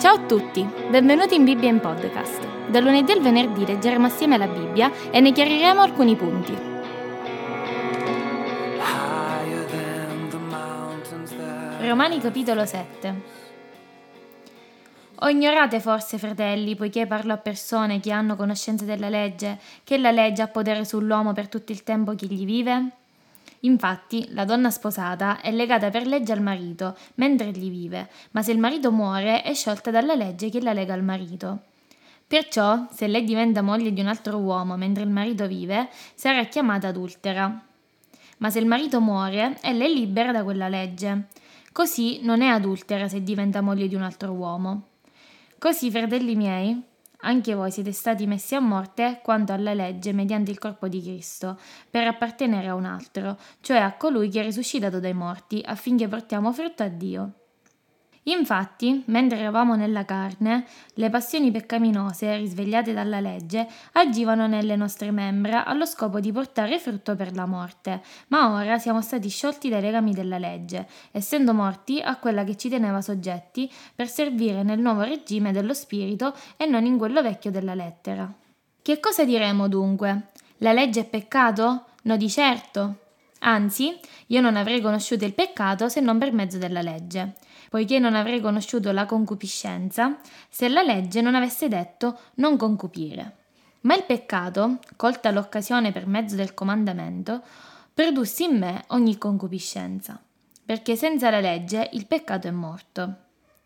Ciao a tutti, benvenuti in Bibbia in Podcast. Dal lunedì al venerdì leggeremo assieme la Bibbia e ne chiariremo alcuni punti. Romani capitolo 7. O ignorate forse, fratelli, poiché parlo a persone che hanno conoscenza della legge, che la legge ha potere sull'uomo per tutto il tempo che gli vive? Infatti, la donna sposata è legata per legge al marito mentre egli vive, ma se il marito muore è sciolta dalla legge che la lega al marito. Perciò, se lei diventa moglie di un altro uomo mentre il marito vive, sarà chiamata adultera. Ma se il marito muore, ella è libera da quella legge. Così non è adultera se diventa moglie di un altro uomo. Così, fratelli miei, anche voi siete stati messi a morte quanto alla legge mediante il corpo di Cristo, per appartenere a un altro, cioè a colui che è risuscitato dai morti, affinché portiamo frutto a Dio. Infatti, mentre eravamo nella carne, le passioni peccaminose, risvegliate dalla legge, agivano nelle nostre membra allo scopo di portare frutto per la morte, ma ora siamo stati sciolti dai legami della legge, essendo morti a quella che ci teneva soggetti per servire nel nuovo regime dello spirito e non in quello vecchio della lettera. Che cosa diremo dunque? La legge è peccato? No, di certo. Anzi, io non avrei conosciuto il peccato se non per mezzo della legge, poiché non avrei conosciuto la concupiscenza se la legge non avesse detto non concupire. Ma il peccato, colta l'occasione per mezzo del comandamento, produsse in me ogni concupiscenza, perché senza la legge il peccato è morto.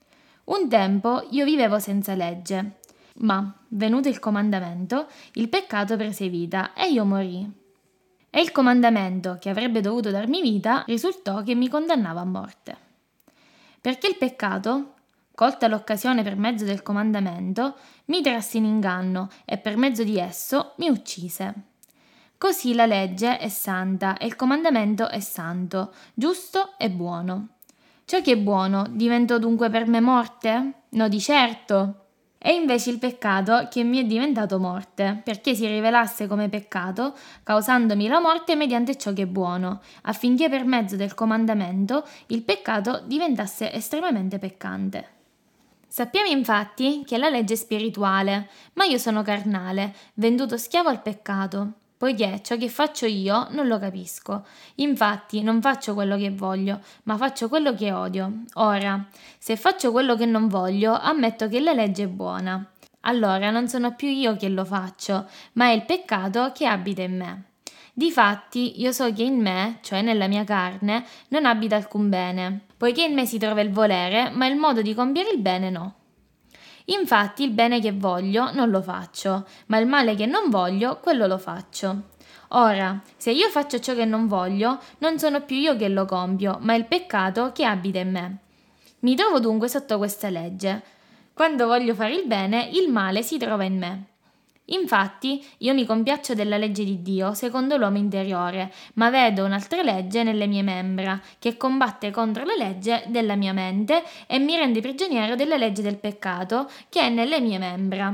Un tempo io vivevo senza legge, ma, venuto il comandamento, il peccato prese vita e io morii. E il comandamento, che avrebbe dovuto darmi vita, risultò che mi condannava a morte. Perché il peccato, colta l'occasione per mezzo del comandamento, mi trasse in inganno e per mezzo di esso mi uccise. Così la legge è santa e il comandamento è santo, giusto e buono. Ciò che è buono diventò dunque per me morte? No, di certo. E invece il peccato che mi è diventato morte, perché si rivelasse come peccato, causandomi la morte mediante ciò che è buono, affinché per mezzo del comandamento il peccato diventasse estremamente peccante. Sappiamo infatti che la legge è spirituale, ma io sono carnale, venduto schiavo al peccato, poiché ciò che faccio io non lo capisco. Infatti non faccio quello che voglio, ma faccio quello che odio. Ora, se faccio quello che non voglio, ammetto che la legge è buona. Allora non sono più io che lo faccio, ma è il peccato che abita in me. Difatti, io so che in me, cioè nella mia carne, non abita alcun bene, poiché in me si trova il volere, ma il modo di compiere il bene no. Infatti il bene che voglio non lo faccio, ma il male che non voglio, quello lo faccio. Ora, se io faccio ciò che non voglio, non sono più io che lo compio, ma il peccato che abita in me. Mi trovo dunque sotto questa legge. Quando voglio fare il bene, il male si trova in me. Infatti, io mi compiaccio della legge di Dio secondo l'uomo interiore, ma vedo un'altra legge nelle mie membra, che combatte contro la legge della mia mente e mi rende prigioniero della legge del peccato che è nelle mie membra.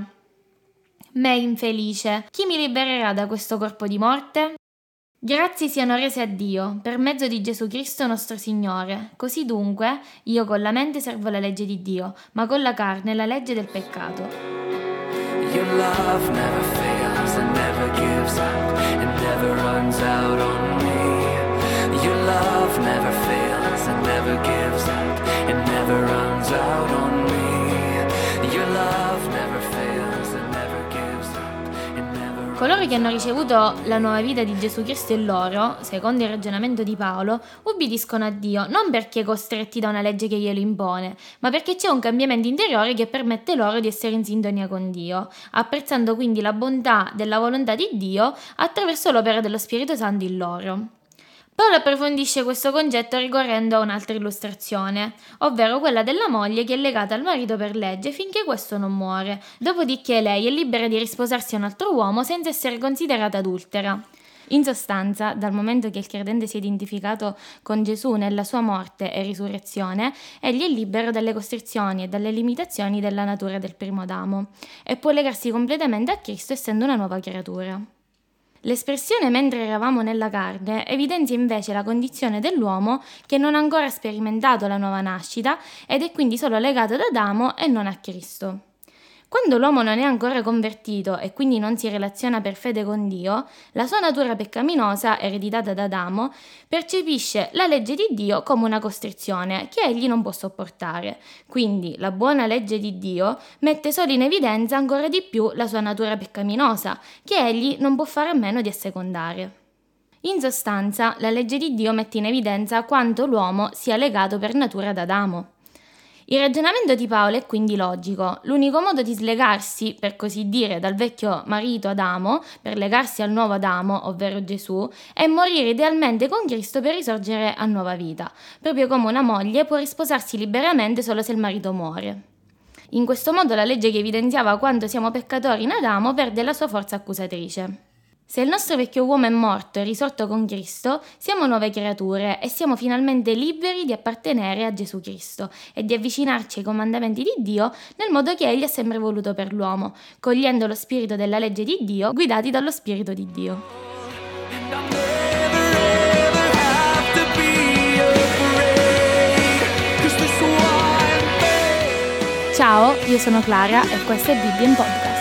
Me infelice, chi mi libererà da questo corpo di morte? Grazie siano rese a Dio, per mezzo di Gesù Cristo nostro Signore. Così dunque, io con la mente servo la legge di Dio, ma con la carne la legge del peccato. Your love never fails and never gives up, it never runs out on me. Your love never fails and never gives up, it never runs out on me. Your love never fails and never gives up, it never. Coloro che hanno ricevuto la nuova vita di Gesù Cristo in loro, secondo il ragionamento di Paolo, ubbidiscono a Dio non perché costretti da una legge che glielo impone, ma perché c'è un cambiamento interiore che permette loro di essere in sintonia con Dio, apprezzando quindi la bontà della volontà di Dio attraverso l'opera dello Spirito Santo in loro. Paolo approfondisce questo concetto ricorrendo a un'altra illustrazione, ovvero quella della moglie che è legata al marito per legge finché questo non muore, dopodiché lei è libera di risposarsi a un altro uomo senza essere considerata adultera. In sostanza, dal momento che il credente si è identificato con Gesù nella sua morte e risurrezione, egli è libero dalle costrizioni e dalle limitazioni della natura del primo Adamo e può legarsi completamente a Cristo essendo una nuova creatura. L'espressione mentre eravamo nella carne evidenzia invece la condizione dell'uomo che non ha ancora sperimentato la nuova nascita ed è quindi solo legato ad Adamo e non a Cristo. Quando l'uomo non è ancora convertito e quindi non si relaziona per fede con Dio, la sua natura peccaminosa, ereditata da Adamo, percepisce la legge di Dio come una costrizione che egli non può sopportare. Quindi la buona legge di Dio mette solo in evidenza ancora di più la sua natura peccaminosa, che egli non può fare a meno di assecondare. In sostanza, la legge di Dio mette in evidenza quanto l'uomo sia legato per natura ad Adamo. Il ragionamento di Paolo è quindi logico. L'unico modo di slegarsi, per così dire, dal vecchio marito Adamo, per legarsi al nuovo Adamo, ovvero Gesù, è morire idealmente con Cristo per risorgere a nuova vita, proprio come una moglie può risposarsi liberamente solo se il marito muore. In questo modo la legge che evidenziava quanto siamo peccatori in Adamo perde la sua forza accusatrice. Se il nostro vecchio uomo è morto e risorto con Cristo, siamo nuove creature e siamo finalmente liberi di appartenere a Gesù Cristo e di avvicinarci ai comandamenti di Dio nel modo che Egli ha sempre voluto per l'uomo, cogliendo lo spirito della legge di Dio, guidati dallo Spirito di Dio. Ciao, io sono Clara e questo è Bibbia in Podcast.